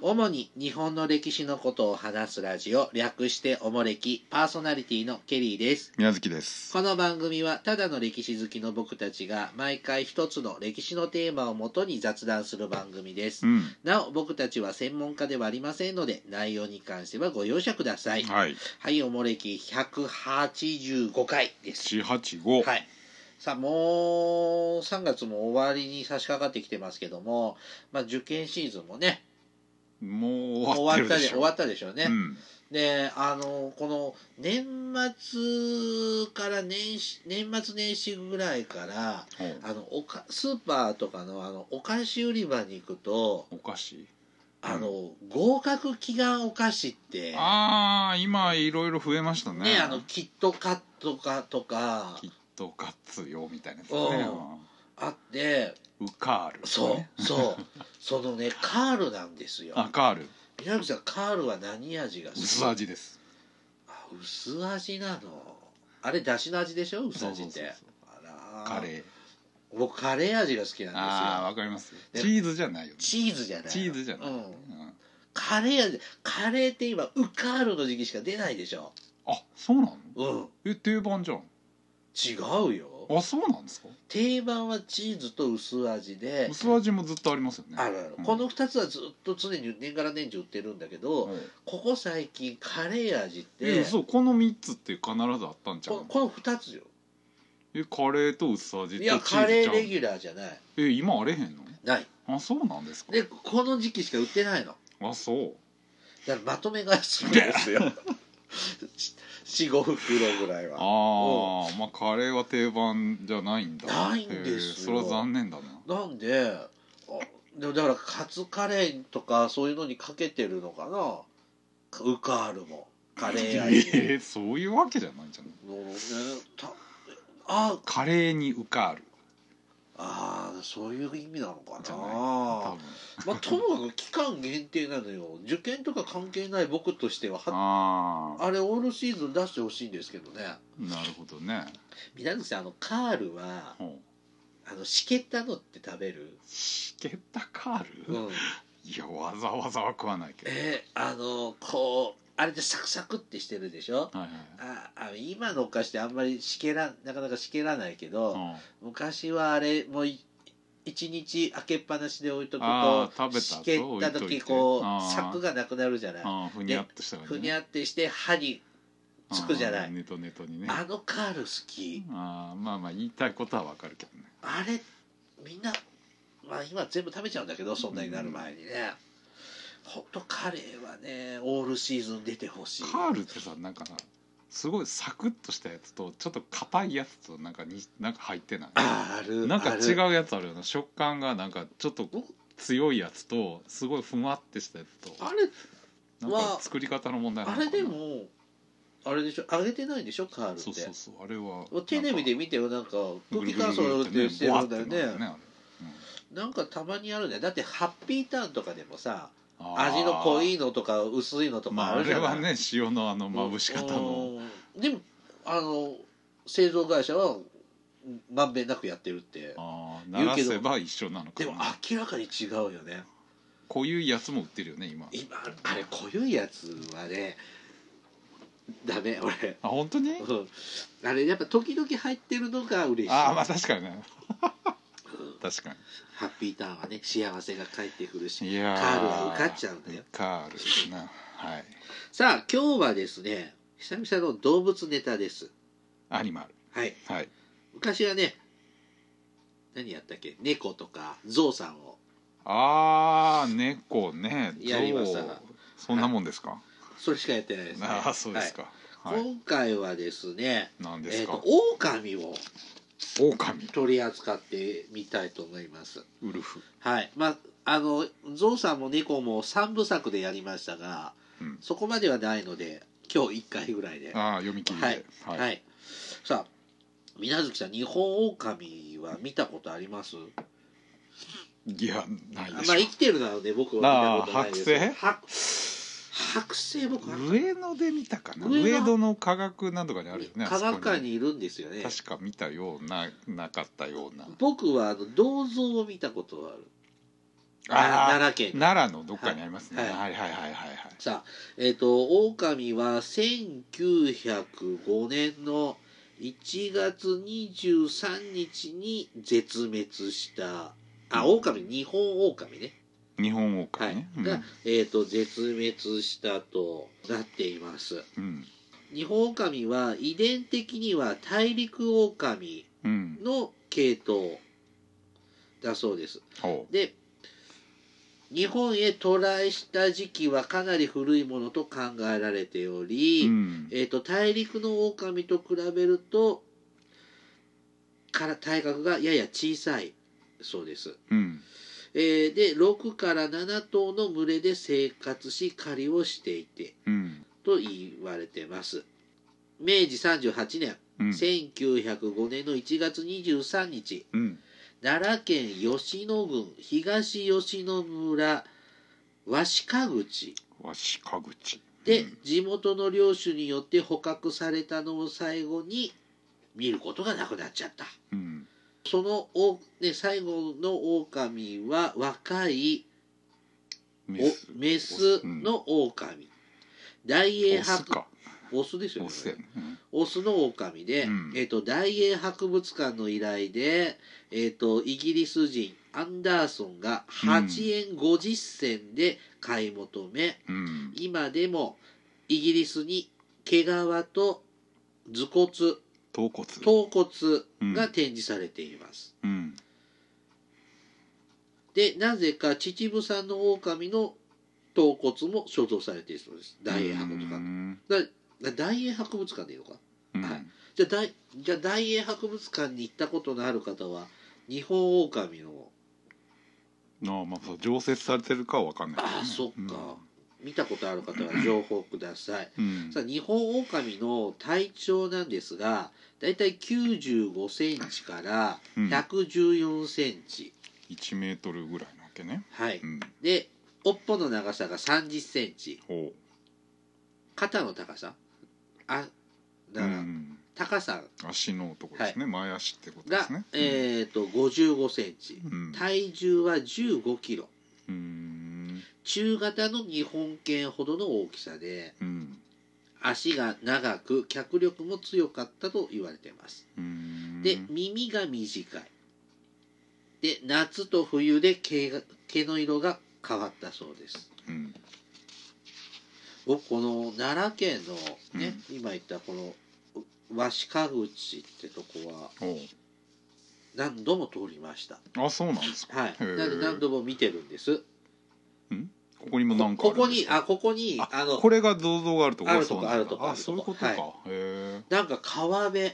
主に日本の歴史のことを話すラジオ、略しておもれき、パーソナリティのケリーです。 宮月です。 この番組はただの歴史好きの僕たちが毎回一つの歴史のテーマをもとに雑談する番組です。なお僕たちは専門家ではありませんので、内容に関してはご容赦ください。はい、おもれき185回です。 185。 はい。さあもう3月も終わりに差し掛かってきてますけども、受験シーズンもね、 もう終わったでしょうね。で、この年末から年末年始ぐらいから、スーパーとかのお菓子売り場に行くと、 お菓子合格祈願お菓子って、 今いろいろ増えましたね。 キットカットとかキットカツよみたいなやつね。 あって、 ウカール、 ね、そのねカールなんですよ。 カール。 宮崎さん、カールは何味が好き？ 薄味です。 薄味なの？あれだしの味でしょ？薄味って。 カレー。 僕カレー味が好きなんですよ。 わかります。チーズじゃないよね。 チーズじゃない。カレー味。カレーって今ウカールの時期しか出ないでしょ。 そうなの？定番じゃん。 違うよ。 そうなんですか？ 定番はチーズと薄味で、 薄味もずっとありますよね。 この2つはずっと常に年がら年中売ってるんだけど、ここ最近カレー味ってこの3つって必ずあったんちゃう？ この2つよ。 カレーと薄味とチーズ。 いや、カレーレギュラーじゃない。 今あれへんの？ ない。 そうなんですか？ でこの時期しか売ってないの。 そうだからまとめ買いするんですよ。4、5袋ぐらいは。 カレーは定番じゃないんだ。 ないんですよ。 それは残念だな。 なんでだからカツカレーとかそういうのにかけてるのかな。ウカールもカレー味。 そういうわけじゃないんじゃない？カレーにウカール。 そういう意味なのかな。ともかく期間限定なのよ。受験とか関係ない僕としてはあれオールシーズン出してほしいんですけどね。 なるほどね。 皆さんカールはしけったのって食べる？ しけったカール？いや、わざわざは食わないけど。 あれでサクサクってしてるでしょ。今のお菓子ってあんまりなかなかしけらないけど、昔はあれもう一日開けっぱなしで置いとくとしけった時サクがなくなるじゃない。 ふにゃっとした感じ。 ふにゃってして歯につくじゃない。 ネトネトにね。 カール好き。 言いたいことはわかるけどね。 あれみんな今全部食べちゃうんだけど、そんなになる前にね。ほんとカレーはねオールシーズン出てほしい。 カールってさ、なんかすごいサクッとしたやつとちょっと硬いやつとなんか入ってない？なんか違うやつあるよな。食感がなんかちょっと強いやつとすごいふわってしたやつと。 あれなんか作り方の問題なのかな。 あれでもあれでしょ、揚げてないでしょカールって。 そうあれはテレビで見てよ、なんか空気乾燥ってしてるんだよね。なんかたまにあるね。だってハッピーターンとかでもさ、味の濃いのとか薄いのとかあるじゃない。 あれはね、塩のまぶし方の。 でも製造会社はまんべんなくやってるって言うけど、鳴らせば一緒なのかな。 でも明らかに違うよね。 濃ゆいやつも売ってるよね今あれ濃ゆいやつはねダメ俺。 本当に？ あれやっぱ時々入ってるのが嬉しい。 確かにね。確かにハッピーターンはね幸せが返ってくるし、カールは受かっちゃうんだよ。 カールですな。 さあ今日はですね、久々の動物ネタです。 アニマル。 昔はね、何やったっけ、猫とかゾウさんを。 猫ね、 やりましたが、 そんなもんですか？ それしかやってないですね。 そうですか。 今回はですね、 何ですか？ 狼を取り扱ってみたいと思います。 ウルフ。 ゾウさんも猫も3部作でやりましたが、そこまではないので今日1回ぐらいで読み切りで。 さあ水月さん、日本狼は見たことあります？ いや、ないでしょ。 生きてるので僕は見たことないです。剥製僕上野で見たかな。上野の科学なんとかにあるよね。 科学館にいるんですよね。 確か見たようななかったような。 僕は銅像を見たことがある。 奈良県奈良のどっかにありますね。はいはいはいはいはい。 さあ狼は1905年の1月23日に絶滅した狼日本狼ね。 日本狼ね、 はいが絶滅したとなっています。日本狼は遺伝的には大陸狼の系統だそうです。で日本へ渡来した時期はかなり古いものと考えられており、大陸の狼と比べると体格がやや小さいそうです。で6から7頭の群れで生活し狩りをしていて、と言われてます。明治38年、1905年の1月23日、奈良県吉野郡東吉野村鷲鹿口で地元の領主によって捕獲されたのを最後に見ることがなくなっちゃった。その最後の狼は若いメスの狼、大英博オスですよね。オスの狼で、大英博物館の依頼で、イギリス人アンダーソンが8円50銭で買い求め、今でもイギリスに毛皮と頭骨頭骨が展示されています。でなぜか秩父産の狼の頭骨も所蔵されているそうです。大英博物館大英博物館でいいのか、はい、じゃあ大英博物館に行ったことのある方は日本狼の常設されてるかは分かんないけどね。 そっか、見たことある方は情報ください。さあ日本狼の体長なんですがだいたい95センチから114センチ、 1メートルぐらいなわけね。 はい、で尾っぽの長さが30センチ、肩の高さだから高さ足のとこですね、前足ってことですね。 が55センチ、体重は15キロ、中型の日本犬ほどの大きさで、足が長く脚力も強かったと言われています。で耳が短いで夏と冬で毛の色が変わったそうです。僕この奈良県のね、今言ったこの鷲鹿口ってとこは何度も通りました。 そうなんですか。 はい。なんで何度も見てるんです。 ここにも何かあるんですか。 ここにこれが銅像があるところ。 あるとこそういうことか。 なんか川辺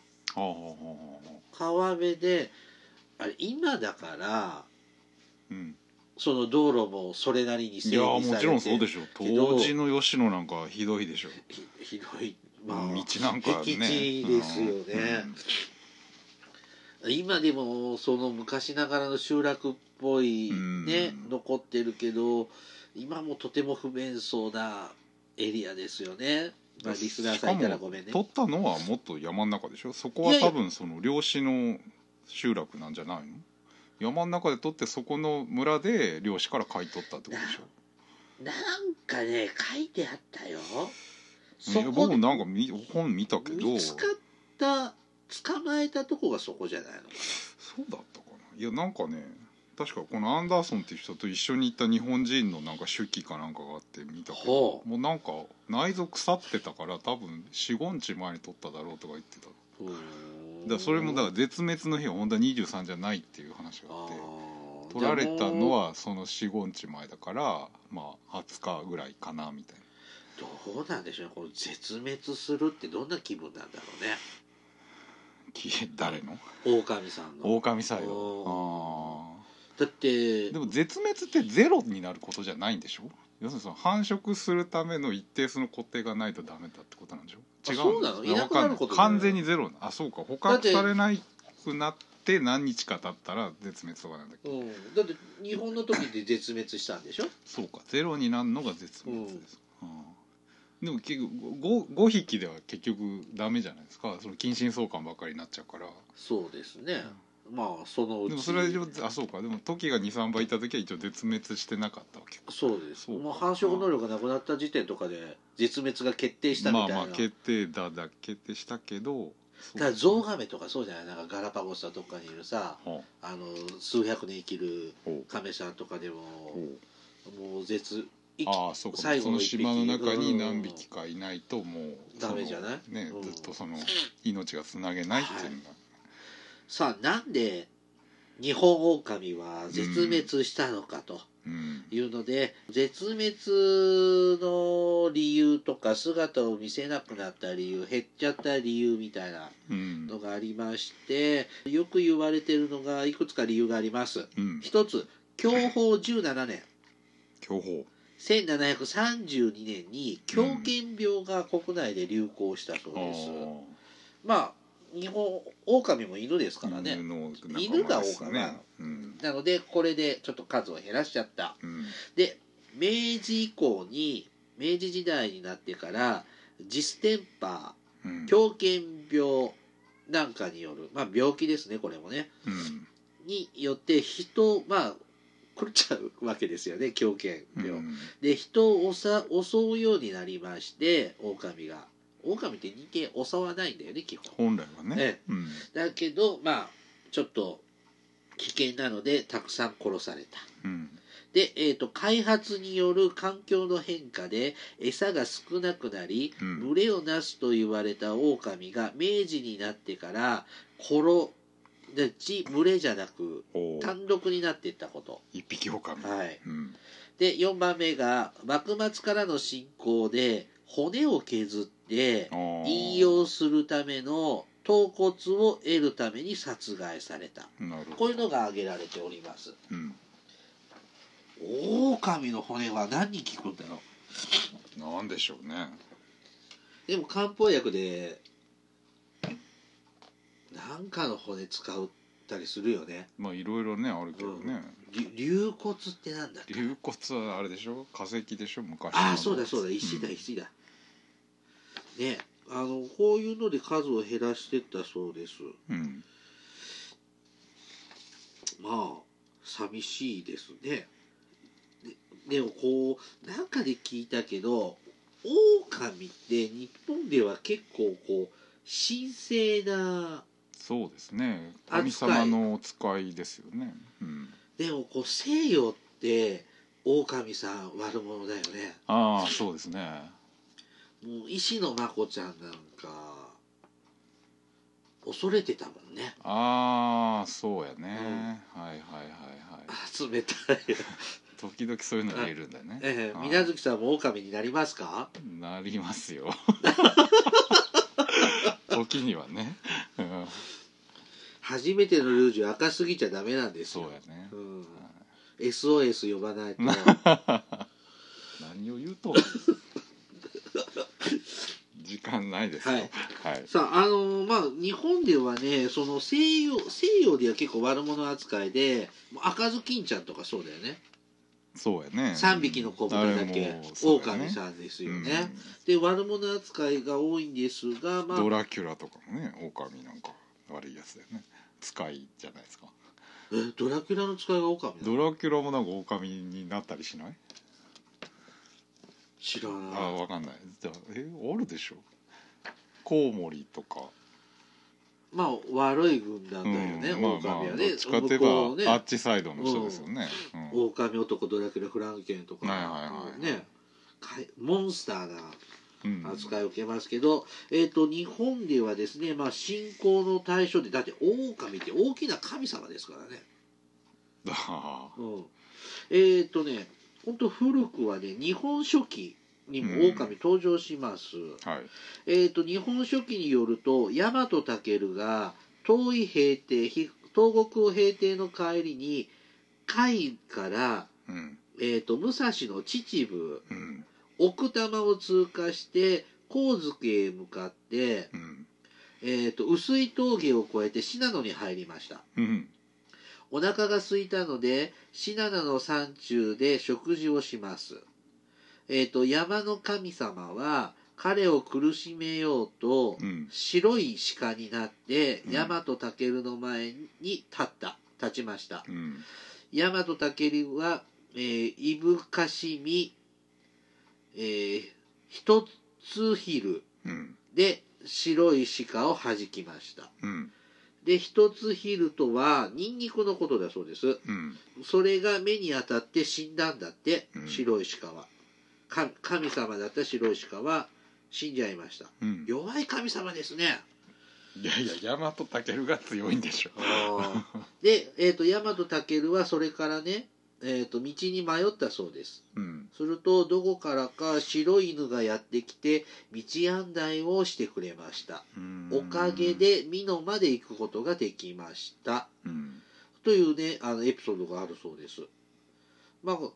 で今だからその道路もそれなりに整備されて、 もちろんそうでしょう。当時の吉野なんかひどいでしょ。 ひどい、 道なんかね僻地ですよね。今でもその昔ながらの集落っぽいね残ってるけど今もとても不便そうなエリアですよね。リスナーさんいたらごめんね。 取ったのはもっと山の中でしょ。そこは多分その漁師の集落なんじゃないの。山の中で取ってそこの村で漁師から買い取ったってことでしょ。 なんかね書いてあったよ。 僕なんか本見たけど見つかった捕まえたとこがそこじゃないのかな。 そうだったかな。いやなんかね確かこのアンダーソンっていう人と一緒に行った日本人のなんか手記かなんかがあって見たけど、もうなんか内臓腐ってたから多分 4,5 日前に取っただろうとか言ってた。だからそれもだから絶滅の日は本当は23じゃないっていう話があって取られたのはその 4,5 日前だから20日ぐらいかなみたいな。 どうなんでしょうね。この絶滅するってどんな気分なんだろうね。 誰の？ 狼さんの。 狼サイド。 だってでも絶滅ってゼロになることじゃないんでしょ。要するにその繁殖するための一定数の固定がないとダメだってことなんでしょ。違う。 そうなの？いなくなることじゃない。 完全にゼロ。そうか。捕獲されなくなって何日か経ったら絶滅とかなんだけど。 だって日本の時で絶滅したんでしょ。 そうか。ゼロになるのが絶滅です。でも結局 5匹では結局ダメじゃないですか。その近親相関ばっかりになっちゃうから。 そうですね。 まあそのうちでもそれはそうか。でもトキが 2,3 倍いた時は一応絶滅してなかったわけか。 そうです。もう繁殖能力がなくなった時点とかで絶滅が決定したみたいな。 まあ決定したけど、 だからゾウガメとかそうじゃない。なんかガラパゴスだとかにいるさ、数百年生きるカメさんとかでももうそうか。その島の中に何匹かいないともうダメじゃない、 ね、ずっとその命がつなげないっていうのが、 さあなんでニホンオオカミは絶滅したのかというので、絶滅の理由とか姿を見せなくなった理由、減っちゃった理由みたいなのがありまして、よく言われているのがいくつか理由があります。一つ、享保17年。 享保 1732年に狂犬病が国内で流行したそうです。まあ日本オオカミも犬ですからね。犬がオオカミなのでこれでちょっと数を減らしちゃった。で明治以降に明治時代になってからジステンパー、狂犬病なんかによる、まあ病気ですねこれもね、によって狂っちゃうわけですよね狂犬病、で人を襲うようになりまして狼って人間襲わないんだよね基本来はね、 だけどちょっと危険なのでたくさん殺された、で、開発による環境の変化で餌が少なくなり、群れをなすと言われた狼が明治になってから群れじゃなく単独になっていったこと。 一匹狼。 で4番目が幕末からの進行で骨を削って飲用するための頭骨を得るために殺害された。こういうのが挙げられております。狼の骨は何に効くんだろう。なんでしょうね。 でも漢方薬でなんかの骨使ったりするよね。 まあいろいろねあるけどね。 龍骨ってなんだっけ。 龍骨はあれでしょ、化石でしょ昔の。 ああそうだ石だ。ねこういうので数を減らしてったそうです。まあ寂しいですね。でもなんかで聞いたけど狼って日本では結構神聖なそうですね神様のお使いですよね、 でも西洋って狼さん悪者だよね。 ああそうですね。 もう石野真子ちゃんなんか恐れてたもんね。 ああそうやね、はい冷たい時々そういうのがいるんだよね。 水無月さんも狼になりますか。 なりますよ時にはね初めてのルージュ赤すぎちゃダメなんですよ。 そうやね、 SOS 呼ばないと何を言うと時間ないですよ、 さあ日本ではねその西洋では結構悪者扱いで赤ずきんちゃんとかそうだよね。 そうやね。 3匹の子豚だけ狼さんですよね。で悪者扱いが多いんですが、 ドラキュラとかもね狼なんか悪いやつだよね。使いじゃないですか。 ドラキュラの使いが狼なの。 ドラキュラもなんか狼になったりしない？ 知らない。 分かんない。あるでしょ。コウモリとか。 悪い軍団だよね、狼はね。 どっちかって言えばあっちサイドの人ですよね。 狼男ドラキュラフランケンとかねモンスターな扱いを受けますけど、日本ではですね信仰の対象でだって狼って大きな神様ですからね。本当古くはね日本書紀にも狼登場します。日本書紀によると大和武が東国を平定の帰りに甲斐から、武蔵の秩父、奥多摩を通過して上月へ向かって、碓氷峠を越えて信濃に入りました。お腹が空いたので信濃の山中で食事をします。山の神様は彼を苦しめようと、白い鹿になって大和武の前に立ちました。大和武は、いぶかしみ、一つ昼で白い鹿を弾きました。で一つ昼とはニンニクのことだそうです。それが目に当たって死んだんだって、白い鹿は。神様だった白い鹿は死んじゃいました。弱い神様ですね。 いやいや、大和武が強いんでしょ。 で、大和武はそれからね、道に迷ったそうです。するとどこからか白い犬がやってきて道案内をしてくれました。おかげで美濃まで行くことができました。というね、エピソードがあるそうです。まあこ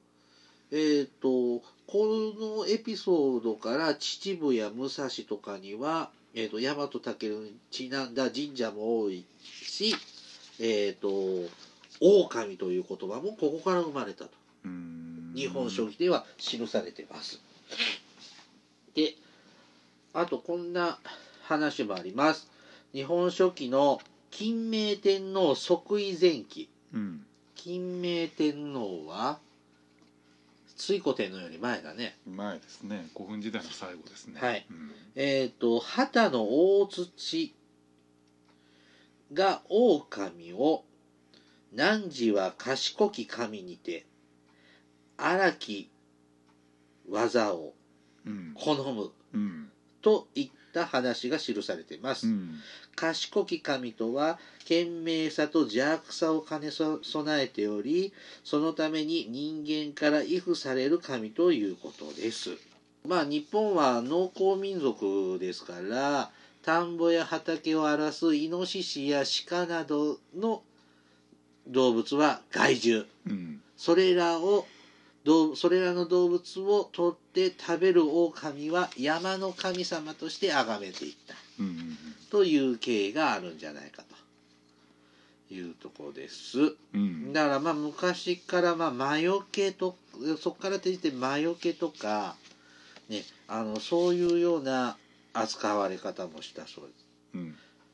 のエピソードから秩父や武蔵とかには、大和武にちなんだ神社も多いし、狼という言葉もここから生まれたと日本書紀では記されています。で、あとこんな話もあります。日本書紀の金明天皇即位前期、金明天皇は推古天皇より前だね。 前ですね。古墳時代の最後ですね。 はい。秦の大土が狼を汝は賢き神にて荒き技を好む、といった話が記されています。賢き神とは賢明さと邪悪さを兼ね備えており、そのために人間から畏怖される神ということです。まあ日本は農耕民族ですから、田んぼや畑を荒らすイノシシや鹿などの動物は害獣、それらの動物を取って食べる狼は山の神様として崇めていった、という経緯があるんじゃないかというところです。だからまあ昔から魔除けと、そこから転じて魔除けとか、ね、そういうような扱われ方もしたそうです。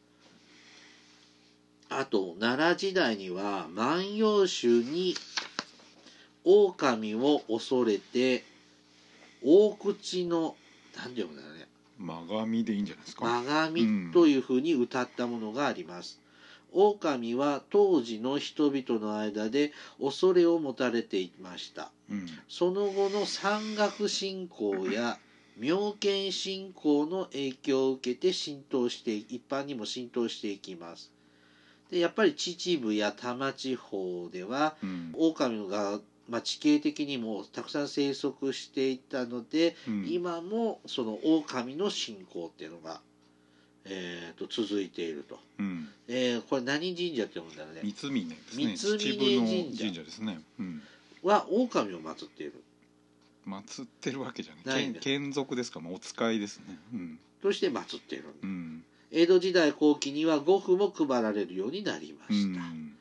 あと奈良時代には万葉集に狼を恐れて大口の何て読むんだろうね、 マガミでいいんじゃないですか。 マガミというふうに歌ったものがあります。狼は当時の人々の間で恐れを持たれていました。その後の山岳信仰や妙見信仰の影響を受けて一般にも浸透していきます。でやっぱり秩父や多摩地方では、狼が地形的にもたくさん生息していたので、今もその狼の信仰っていうのが、続いていると。これ何神社って読むんだろうね。 三峯ですね。 三峯神社ですね。 は狼を祀っている。 祀ってるわけじゃない。眷属ですか、お使いですね。 として祀っている。江戸時代後期には呉服も配られるようになりました。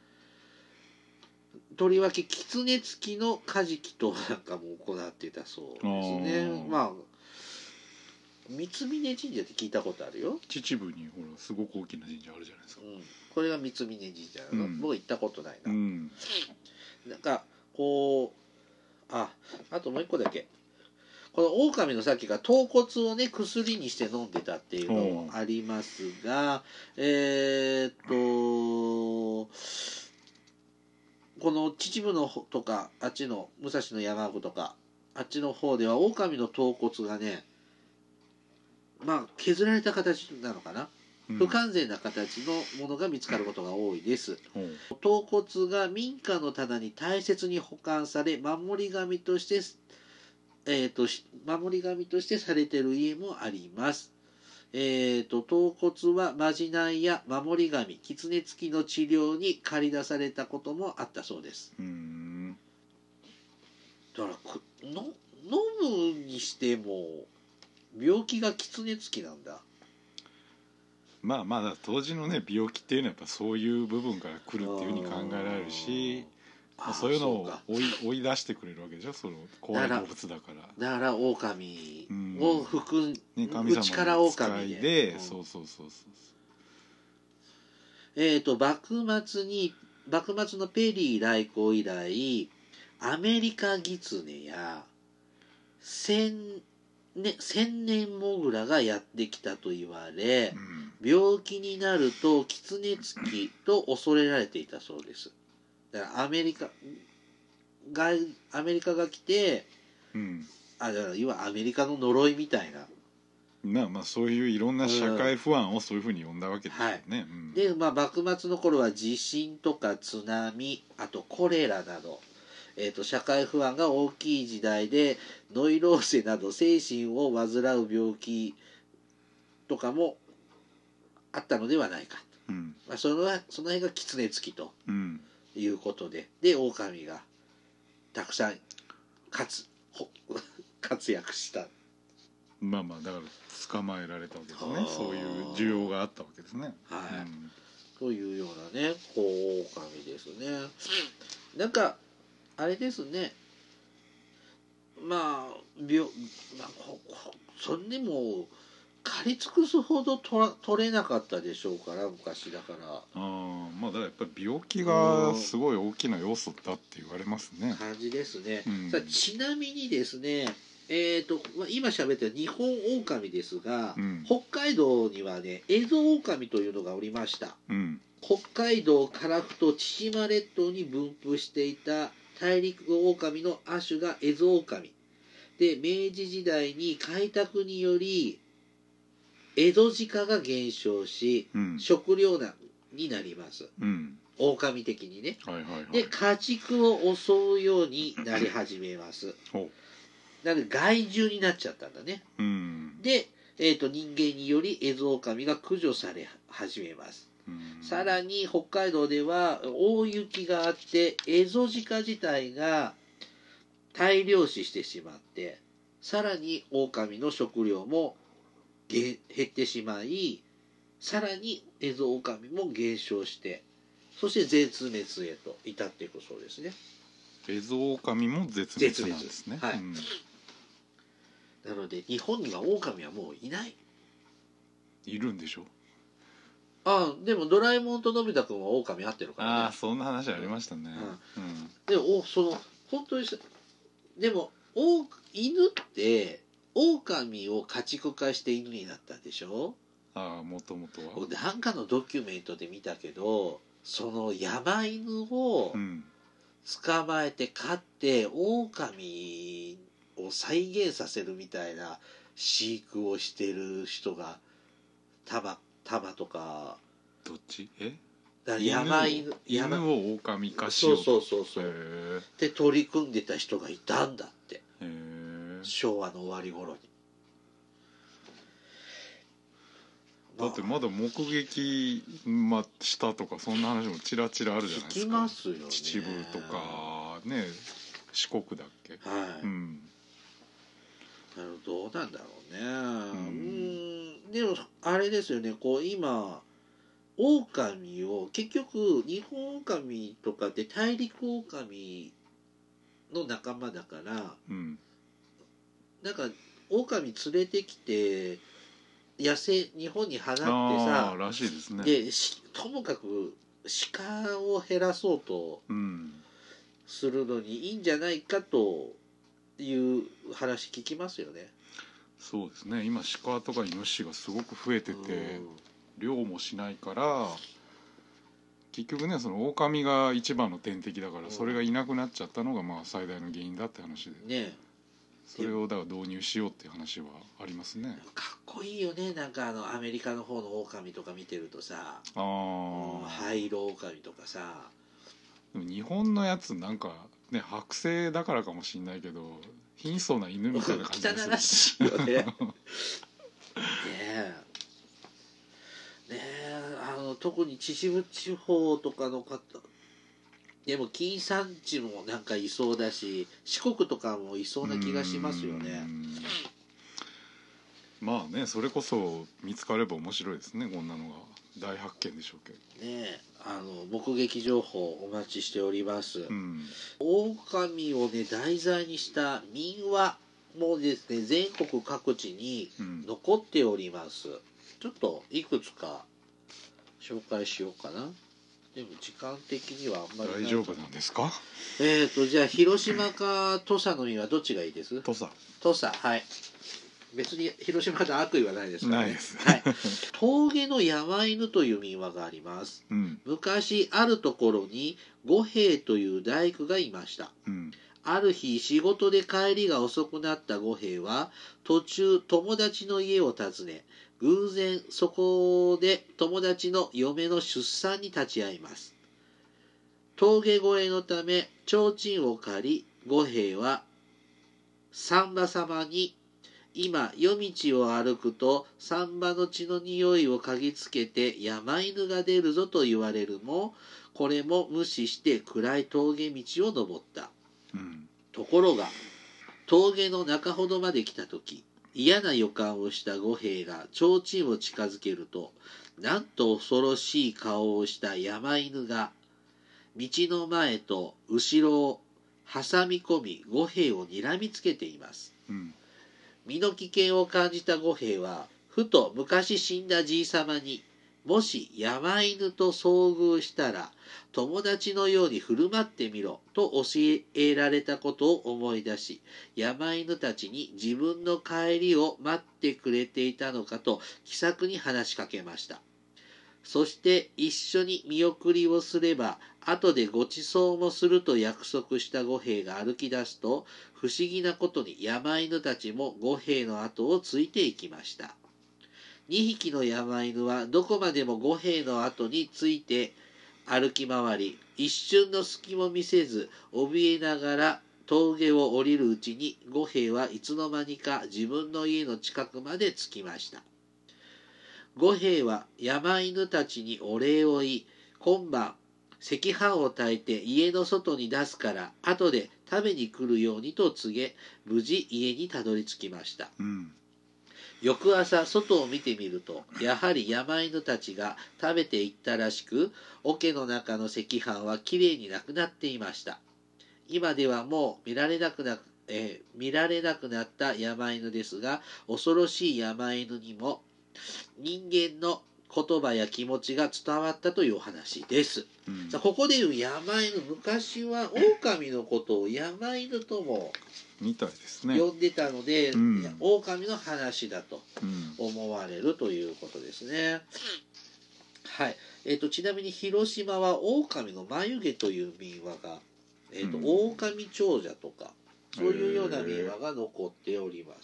とりわけ狐付きのカジキとなんかも行っていたそうですね。三峯神社って聞いたことあるよ。 秩父にほらすごく大きな神社あるじゃないですか。 これが三峯神社なの。僕行ったことないな。なんかこうあともう一個だけ。この狼のさっきが頭骨をね薬にして飲んでたっていうのもありますが、この秩父のとかあっちの武蔵の山奥とかあっちの方では狼の頭骨がね、削られた形なのかな、不完全な形のものが見つかることが多いです。頭骨が民家の棚に大切に保管され守り神としてされている家もあります。頭骨はまじないや守り神、狐付きの治療に借り出されたこともあったそうです。だから飲むにしても病気が狐付きなんだ。 まだ当時のね病気っていうのはやっぱそういう部分から来るっていうふうに考えられるし、そういうのを追い出してくれるわけでしょ、その怖い動物だから。 だから狼を含ん、 ね、神様の力狼で、そうそうそうそう 。幕末のペリー来航以来、アメリカギツネや千年モグラがやってきたと言われ、病気になると狐つきと恐れられていたそうです。だからアメリカが来て、だから要はアメリカの呪いみたいな。 まあそういういろんな社会不安をそういうふうに呼んだわけですよね。 で、幕末の頃は地震とか津波、あとコレラなど、社会不安が大きい時代で、ノイローゼなど精神を患う病気とかもあったのではないかと。その辺が狐つきということで、狼がたくさん活躍した。 だから捕まえられたわけですね。そういう需要があったわけですね。 というようなね、狼ですね。なんかあれですね。そんでも狩り尽くすほど取れなかったでしょうから昔だから。 だからやっぱり病気がすごい大きな要素だって言われますね。 感じですね。さあちなみにですね。今喋ってる日本狼ですが、北海道にはねエゾ狼というのがおりました。北海道樺太千島列島に分布していた大陸狼の亜種がエゾ狼で、明治時代に開拓によりエゾジカが減少し、食糧難になります。狼的にね。で家畜を襲うようになり始めます。なので害獣になっちゃったんだね。で、人間によりエゾオオカミが駆除され始めます。さらに北海道では大雪があってエゾジカ自体が大量死してしまって、さらにオオカミの食料も減ってしまい、さらにエゾオオカミも減少して、そして絶滅へと至っていくそうですね。 エゾオオカミも絶滅なんですね。 なので日本にはオオカミはもういない。 いるんでしょ。 でもドラえもんとのび太くんはオオカミ合ってるからね。 そんな話ありましたね。 でも本当にでも犬ってオオカミを家畜化して犬になったでしょ。 もともとはなんかのドキュメントで見たけど、その山犬を捕まえて飼ってオオカミを再現させるみたいな飼育をしてる人がタマとか。 どっち？ 山犬を狼化しようと。 そうで取り組んでた人がいたんだって。昭和の終わり頃に。 だってまだ目撃したとかそんな話もちらちらあるじゃないですか。 聞きますよね。 秩父とかね、四国だっけ。 どうなんだろうね。でもあれですよね。今狼を結局日本狼とかって大陸狼の仲間だから、なんか狼連れてきて日本に放ってさ、 らしいですね。 でともかく鹿を減らそうとするのにいいんじゃないかという話聞きますよね。 そうですね。今鹿とかイノシシがすごく増えてて、猟もしないから結局ね、その狼が一番の天敵だから、それがいなくなっちゃったのが最大の原因だって話でね。それをだから導入しようっていう話はありますね。 かっこいいよね。なんかアメリカの方の狼とか見てるとさ、灰色狼とかさ。 でも日本のやつなんかね、剥製だからかもしんないけど貧相な犬みたいな感じでする。 汚らしいよね。ね特に秩父地方とかの方でも紀伊山地もなんかいそうだし、四国とかもいそうな気がしますよね。 それこそ見つかれば面白いですね。こんなのが大発見でしょうけどね。目撃情報お待ちしております。狼をね題材にした民話もうですね、全国各地に残っております。ちょっといくつか紹介しようかな。でも時間的にはあんまりない。 大丈夫なんですか？ じゃあ広島か土佐の実はどっちがいいです？ 土佐。 土佐、はい。別に広島で悪意はないですからね。 ないです。 はい。峠の山犬という民話があります。昔あるところに五兵という大工がいました。ある日仕事で帰りが遅くなった五兵は途中友達の家を訪ね、偶然そこで友達の嫁の出産に立ち会います。峠越えのため提灯を借り、五兵は産婆様に、今夜道を歩くと産婆の血の匂いを嗅ぎつけて山犬が出るぞと言われるも、これも無視して暗い峠道を登った。ところが峠の中ほどまで来た時、嫌な予感をした五兵が提灯を近づけると、なんと恐ろしい顔をした山犬が道の前と後ろを挟み込み五兵を睨みつけています。身の危険を感じた五兵はふと昔死んだじいさまに、もし山犬と遭遇したら友達のように振る舞ってみろと教えられたことを思い出し、山犬たちに自分の帰りを待ってくれていたのかと気さくに話しかけました。そして一緒に見送りをすれば後でご馳走もすると約束した五兵が歩き出すと、不思議なことに山犬たちも五兵の後をついていきました。2匹の山犬はどこまでも五兵の後について歩き回り、一瞬の隙も見せず怯えながら峠を降りるうちに、五兵はいつの間にか自分の家の近くまで着きました。五兵は山犬たちにお礼を言い、今晩赤飯を炊いて家の外に出すから後で食べに来るようにと告げ、無事家にたどり着きました。翌朝外を見てみると、やはり山犬たちが食べていったらしく、桶の中の赤飯はきれいになくなっていました。今ではもう見られなくなった山犬ですが、恐ろしい山犬にも人間の言葉や気持ちが伝わったというお話です。さあここでいう山犬、昔は狼のことを山犬ともみたいですね。 呼んでたので、狼の話だと思われるということですね。はい。ちなみに広島は狼の眉毛という民話が、狼長者とかそういうような民話が残っております。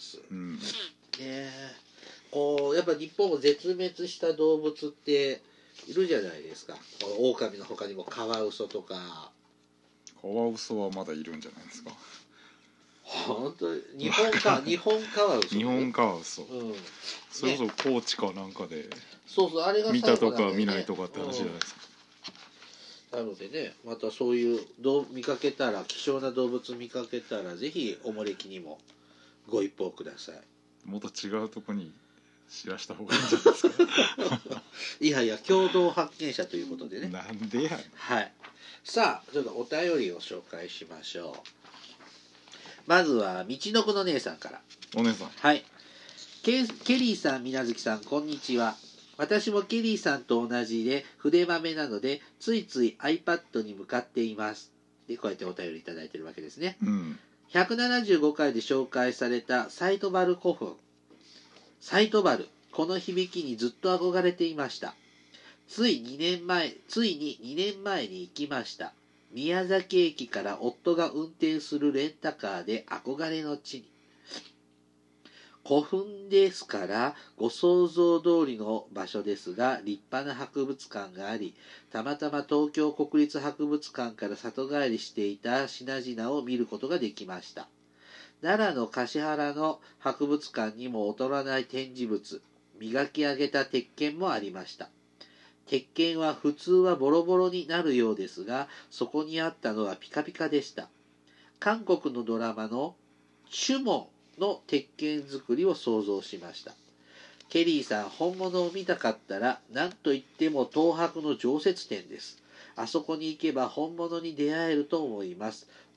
こうやっぱ日本も絶滅した動物っているじゃないですか。狼の他にもカワウソとか。 カワウソはまだいるんじゃないですか。 本当に日本カワウソ、ね、 日本カワウソ、それこそ高知かなんかで、 あれが見たとか見ないとかって話じゃないですか。 なのでね、またそういう見かけたら、希少な動物見かけたらぜひおもれきにもご一報ください。 もっと違うとこに知らした方がいいんじゃないですか。 いや共同発見者ということでね。 なんでや。 はい。さあちょっとお便りを紹介しましょう。まずは道のくの姉さんから。 お姉さん。 はい。ケリーさん、みなずきさん、こんにちは。私もケリーさんと同じで筆豆なので、ついつい iPad に向かっています。で、こうやってお便りいただいてるわけですね。175回で紹介されたサイトバル古墳。サイトバル、この響きにずっと憧れていました。ついに2年前に行きました。宮崎駅から夫が運転するレンタカーで憧れの地に。古墳ですからご想像通りの場所ですが、立派な博物館があり、たまたま東京国立博物館から里帰りしていた品々を見ることができました。奈良の橿原の博物館にも劣らない展示物、磨き上げた鉄剣もありました。鉄剣は普通はボロボロになるようですが、そこにあったのはピカピカでした。韓国のドラマのチュモンの鉄剣作りを想像しました。ケリーさん、本物を見たかったら何といっても東博の常設展です。あそこに行けば本物に出会えると思います。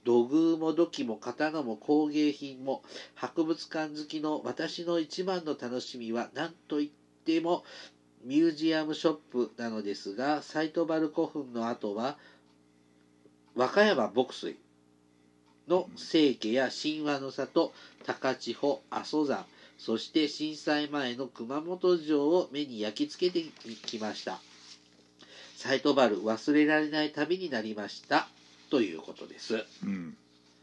土偶も土器も刀も工芸品も博物館好きの私の一番の楽しみは何といってもミュージアムショップなのですが、サイトバル古墳の後は和歌山牧水の清家や神話の里、高千穂、阿蘇山、そして震災前の熊本城を目に焼き付けてきました。サイトバル忘れられない旅になりましたということです。 うん、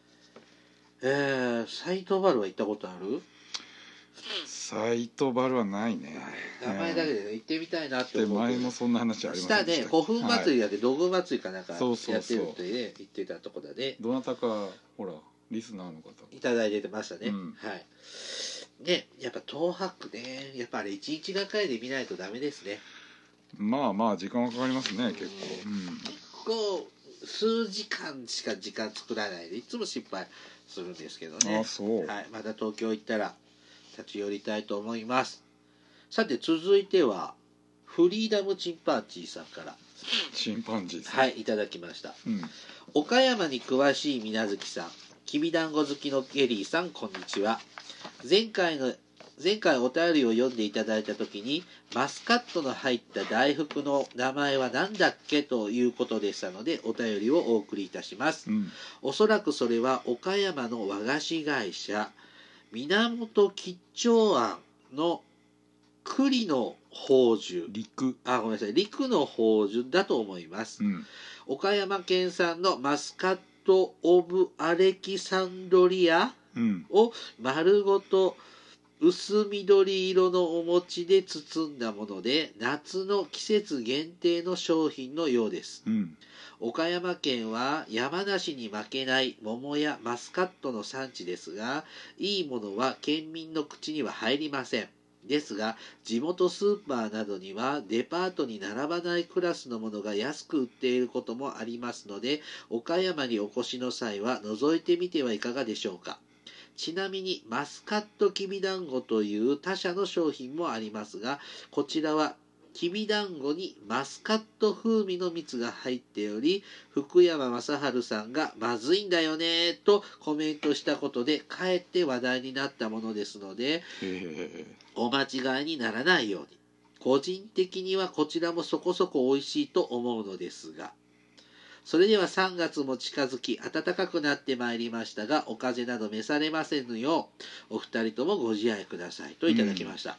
サイトバルは行ったことある？ サイトバルはないね。 名前だけで行ってみたいなって思う。 前もそんな話ありましたね。古墳祭りだけど、土偶祭りかなんかやってるってね、言ってたとこだね。 どなたかほらリスナーの方いただいてましたね。 うん、 はい。ね、やっぱ東博ね、やっぱあれ1日がかりで見ないとダメですね。 まあまあ時間はかかりますね、結構。 結構数時間しか時間作らないでいつも失敗するんですけどね。 あ、そう。 はい、また東京行ったら立ち寄りたいと思います。さて続いてはフリーダムチンパンジーさんからチンパンジーさん、 はい、いただきました。 うん、 岡山に詳しい水無月さん、きびだんご好きのゲリーさん、こんにちは。前回お便りを読んでいただいたときにマスカットの入った大福の名前は何だっけということでしたのでお便りをお送りいたします。おそらくそれは岡山の和菓子会社源吉兆庵の栗の宝珠、陸の宝珠だと思います。岡山県産のマスカット・オブ・アレキサンドリアを丸ごと薄緑色のお餅で包んだもので夏の季節限定の商品のようです。岡山県は山梨に負けない桃やマスカットの産地ですが、いいものは県民の口には入りません。ですが地元スーパーなどにはデパートに並ばないクラスのものが安く売っていることもありますので、岡山にお越しの際は覗いてみてはいかがでしょうか。ちなみにマスカットきびだんごという他社の商品もありますが、こちらはきびだんごにマスカット風味の蜜が入っており、福山雅治さんがまずいんだよねとコメントしたことでかえって話題になったものですので、お間違いにならないように。個人的にはこちらもそこそこ美味しいと思うのですが。それでは3月も近づき暖かくなってまいりましたが、お風邪など召されませぬようお二人ともご自愛くださいといただきました。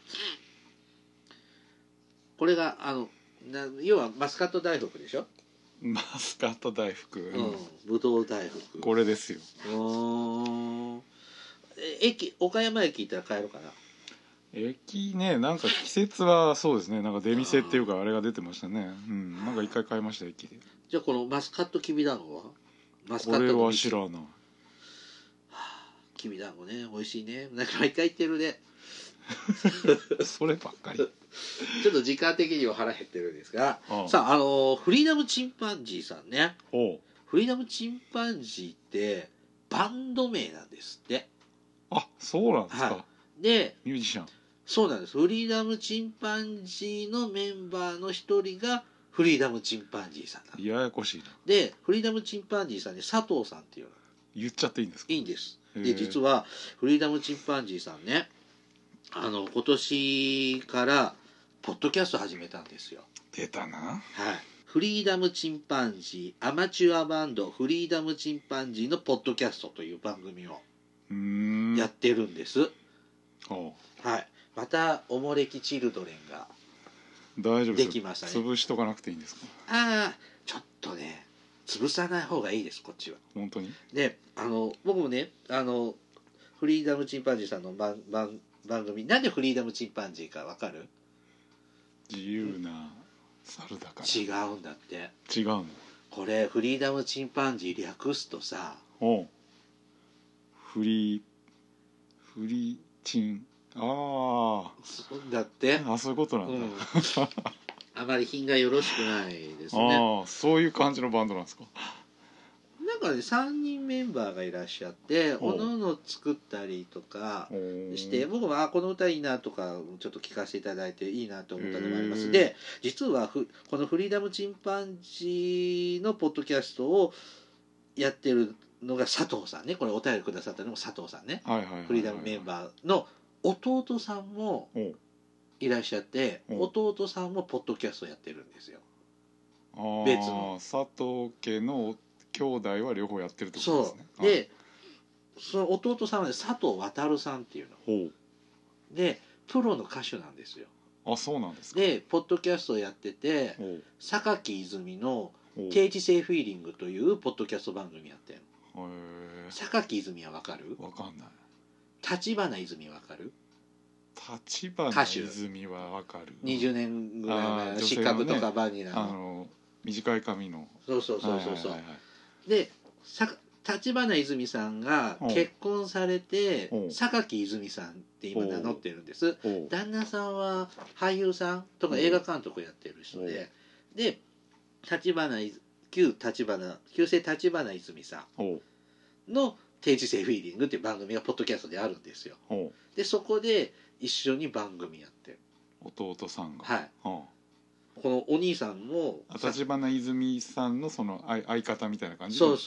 これが要はマスカット大福でしょ。 マスカット大福、 ぶどう大福、 これですよ。 岡山駅行ったら買えるかな。 駅ね、なんか季節はそうですね、なんか出店っていうかあれが出てましたね。なんか一回買いました駅で。 じゃあこのマスカットきびだんごはマスカットこれは知らない。 きびだんごね、美味しいね。なんか毎回言ってるね。 そればっかり。 ちょっと時間的には腹減ってるんですが、さあフリーダムチンパンジーさんね。フリーダムチンパンジーってバンド名なんですって。 あ、そうなんですか。 で、 ミュージシャン。 そうなんです。フリーダムチンパンジーのメンバーの一人がフリーダムチンパンジーさんなんです。 ややこしいな。 で、フリーダムチンパンジーさんに佐藤さんっていうの言っちゃっていいんですか。 いいんです。で、実はフリーダムチンパンジーさんね、今年からポッドキャスト始めたんですよ。 出たな。はい。 フリーダムチンパンジーアマチュアバンドフリーダムチンパンジーのポッドキャストという番組をやってるんです。はい。またおもれきチルドレンができましたね。 潰しとかなくていいんですか。 ちょっとね、潰さない方がいいです、こっちは。 本当に。 で、僕もね、フリーダムチンパンジーさんの番組、なんでフリーダムチンパンジーかわかる？ 自由な猿だから。 違うんだって。 違うの。 これフリーダムチンパンジー略すとさ、 フリーチン、 そうだって。 そういうことなんだ。 あまり品がよろしくないですね。 そういう感じのバンドなんですか。 なんかね、3人メンバーがいらっしゃっておのおの作ったりとかして、僕もこの歌いいなとかちょっと聞かせていただいていいなと思ったのもあります。で、実はこのフリーダムチンパンジーのポッドキャストをやってるのが佐藤さんね、これお便りくださったのも佐藤さんね、 はいはいはいはい、 フリーダムメンバーの弟さんもいらっしゃって、弟さんもポッドキャストやってるんですよ。別の佐藤家の兄弟は両方やってるってことですね。 そうで、その弟さんは、ね、佐藤航さんっていうのでプロの歌手なんですよ。 あ、そうなんですか。 でポッドキャストをやってて、榊泉の定時性フィーリングというポッドキャスト番組やってるの。榊泉は分かる？ 分かんない。 立花泉は分かる？ 立花泉は分かる。 20年ぐらい前、失格とかバニラの短い髪の。 そうそうそうそうそう。で立花泉さんが結婚されて榊泉さんって今名乗ってるんです。旦那さんは俳優さんとか映画監督やってる人で、で旧姓立花泉さんの定時性フィーリングっていう番組がポッドキャストであるんですよ。でそこで一緒に番組やってる弟さんが。 はい。このお兄さんも立花泉さんのその相方みたいな感じでそう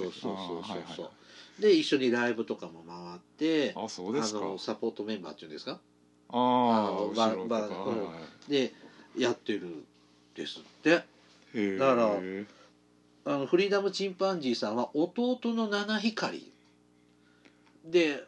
で一緒にライブとかも回って、 あ、そうですか。 サポートメンバーっていうんですか、でやってるんですって。だからフリーダムチンパンジーさんは弟の七光で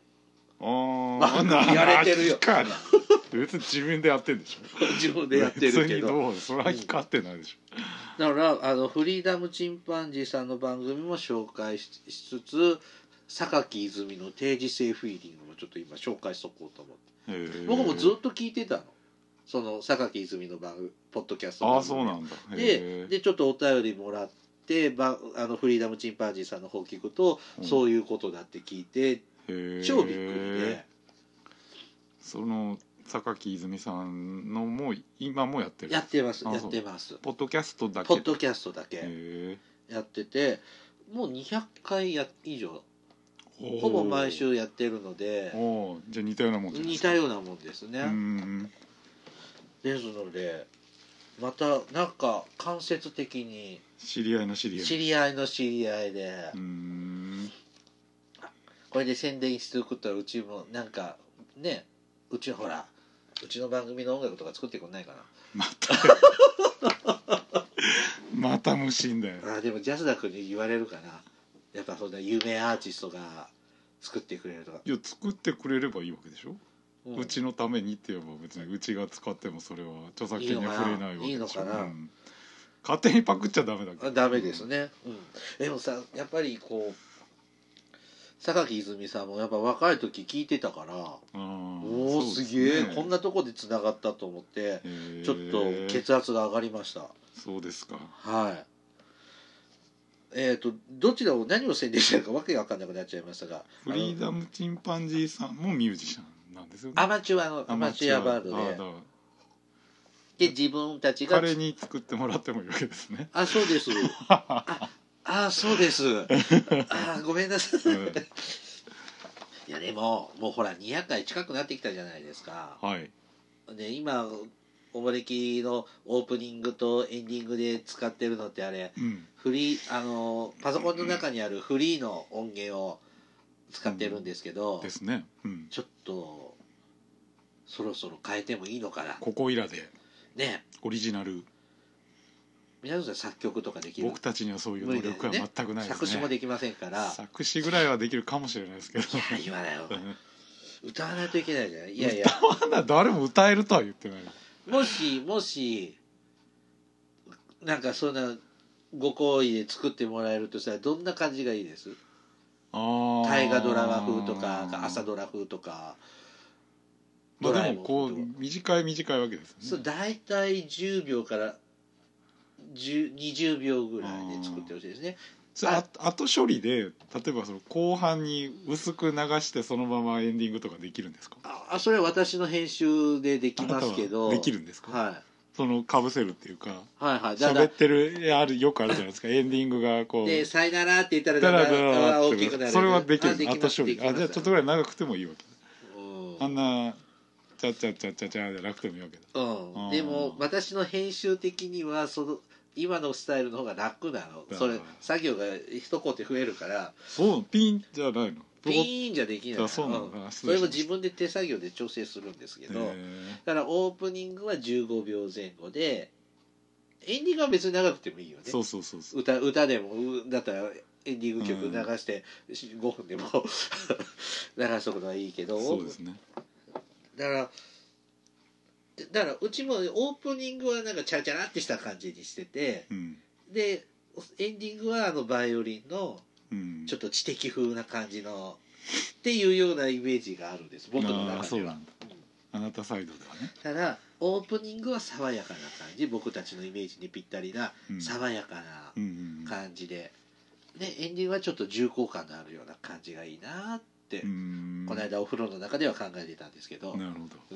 やれてるよ。 別に自分でやってるんでしょ。 自分でやってるけどそれは光ってないでしょ。 だからフリーダムチンパンジーさんの番組も紹介しつつ、榊泉の定時性フィーリングもちょっと今紹介しとこうと思って。僕もずっと聞いてたの、その榊泉のポッドキャスト番組。 あ、そうなんだ。 でちょっとお便りもらってフリーダムチンパンジーさんの方聞くと、そういうことだって聞いて超びっくりで、 その榊泉さんのも今もやってる。 やってますやってます。 ポッドキャストだけ。 ポッドキャストだけやってて、もう200回以上ほぼ毎週やってるので、 じゃあ似たようなもんですね。 似たようなもんですね。ですのでまたなんか間接的に知り合いの知り合いで、これで宣伝しておくと、うちもなんかね、うちの番組の音楽とか作ってくんないかな。 また無心だよ。 でもジャスダックに言われるかな、やっぱそんな有名アーティストが作ってくれるとか。 いや、作ってくれればいいわけでしょ。うちのためにって言えば別にうちが使ってもそれは著作権には触れないわけでしょ。いいのかな、勝手にパクっちゃダメだけど。 ダメですね。でもさ、やっぱりこう榊泉さんもやっぱ若い時聞いてたから、おお、すげえ、こんなとこでつながったと思って、ちょっと血圧が上がりました。 そうですか。 はい。どちらを何を宣伝してるかわけが分かんなくなっちゃいましたが、 フリーダムチンパンジーさんもミュージシャンなんですよね。 アマチュアバンドで自分たちが彼に作ってもらってもいいわけですね。 あ、そうですそうですごめんなさいいやでももうほら200回近くなってきたじゃないですか。で今おもれきのオープニングとエンディングで使ってるのってあれ、フリーパソコンの中にあるフリーの音源を使ってるんですけど、 ですね。 ちょっとそろそろ変えてもいいのかな。 ここいらでね、 オリジナル。 皆さん作曲とかできる？ 僕たちにはそういう能力は全くないですね。 作詞もできませんから。 作詞ぐらいはできるかもしれないですけど。 いや言わないよ歌わないといけないじゃない。 歌わない、誰も歌えるとは言ってない。もしなんかそんなご好意で作ってもらえるとしたらどんな感じがいいです？大河ドラマ風とか朝ドラ風とか。 でもこう短いわけですね。 そう大体10秒から20秒ぐらいで作ってほしいですね。 後処理で例えばその後半に薄く流してそのままエンディングとかできるんですか？ それは私の編集でできますけど。 できるんですか？ はい。 そのかぶせるっていうか、 喋ってるよくあるじゃないですかエンディングがこうでさよならって言ったら大きくなる。 それはできる。後処理じゃあちょっとぐらい長くてもいいわけ。あんなチャチャじゃなくてもいいわけだ。 でも私の編集的には今のスタイルの方が楽なの。それ作業が一工程増えるから。 そうピンじゃないの。 ピーンじゃできない。 そうなんだ。 それも自分で手作業で調整するんですけど、だからオープニングは15秒前後で、エンディングは別に長くてもいいよね。 そうそうそうそう。 歌でもだったらエンディング曲流して5分でも流すことはいいけど、 そうですね。 だからうちもオープニングはなんかチャラチャラってした感じにしてて、でエンディングはバイオリンのちょっと知的風な感じのっていうようなイメージがあるんです、僕の中では。 あなたサイドではね。 ただオープニングは爽やかな感じ、僕たちのイメージにぴったりな爽やかな感じで、でエンディングはちょっと重厚感のあるような感じがいいなってこの間お風呂の中では考えてたんですけど。 なるほど。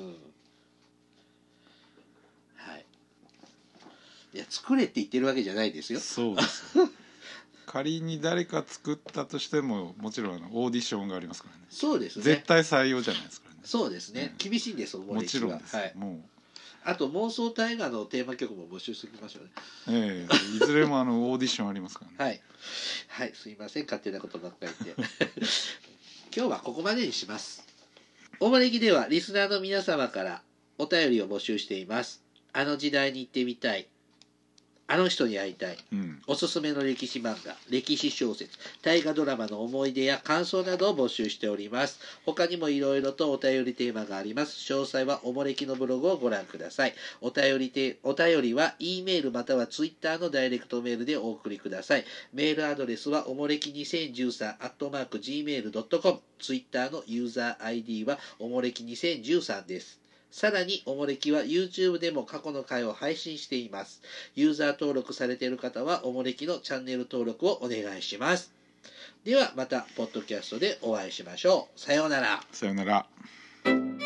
はい。いや作れって言ってるわけじゃないですよ。 そうです。仮に誰か作ったとしてももちろんオーディションがありますからね。 そうですね。 絶対採用じゃないですからね。 そうですね。厳しいんです。 もちろんです。 はい。 もうあと妄想大河のテーマ曲も募集しておきましょうね。 いずれもオーディションありますからね。 はいはい、すいません勝手なことばっかり言って今日はここまでにします。おもれきではリスナーの皆様からお便りを募集しています。あの時代に行ってみたい、あの人に会いたい、おすすめの歴史漫画、歴史小説、大河ドラマの思い出や感想などを募集しております。他にもいろいろとお便りテーマがあります。詳細はおもれきのブログをご覧ください。お便りは E メールまたは Twitter のダイレクトメールでお送りください。メールアドレスはおもれき2013@gmail.com、Twitter のユーザー ID はおもれき2013です。さらにおもれきは YouTube でも過去の回を配信しています。ユーザー登録されている方はおもれきのチャンネル登録をお願いします。ではまたポッドキャストでお会いしましょう。さようなら。 さようなら。